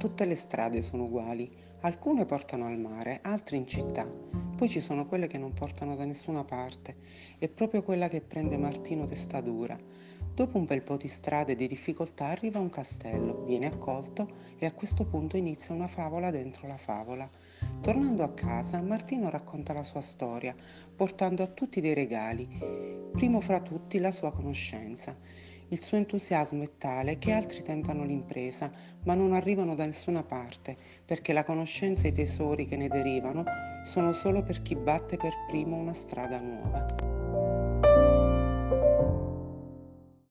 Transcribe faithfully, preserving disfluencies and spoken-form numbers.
tutte le strade sono uguali, alcune portano al mare, altre in città, poi ci sono quelle che non portano da nessuna parte. È proprio quella che prende Martino Testadura. Dopo un bel po' di strade e di difficoltà arriva a un castello, viene accolto e a questo punto inizia una favola dentro la favola. Tornando a casa, Martino racconta la sua storia, portando a tutti dei regali, primo fra tutti la sua conoscenza. Il suo entusiasmo è tale che altri tentano l'impresa, ma non arrivano da nessuna parte, perché la conoscenza e i tesori che ne derivano sono solo per chi batte per primo una strada nuova.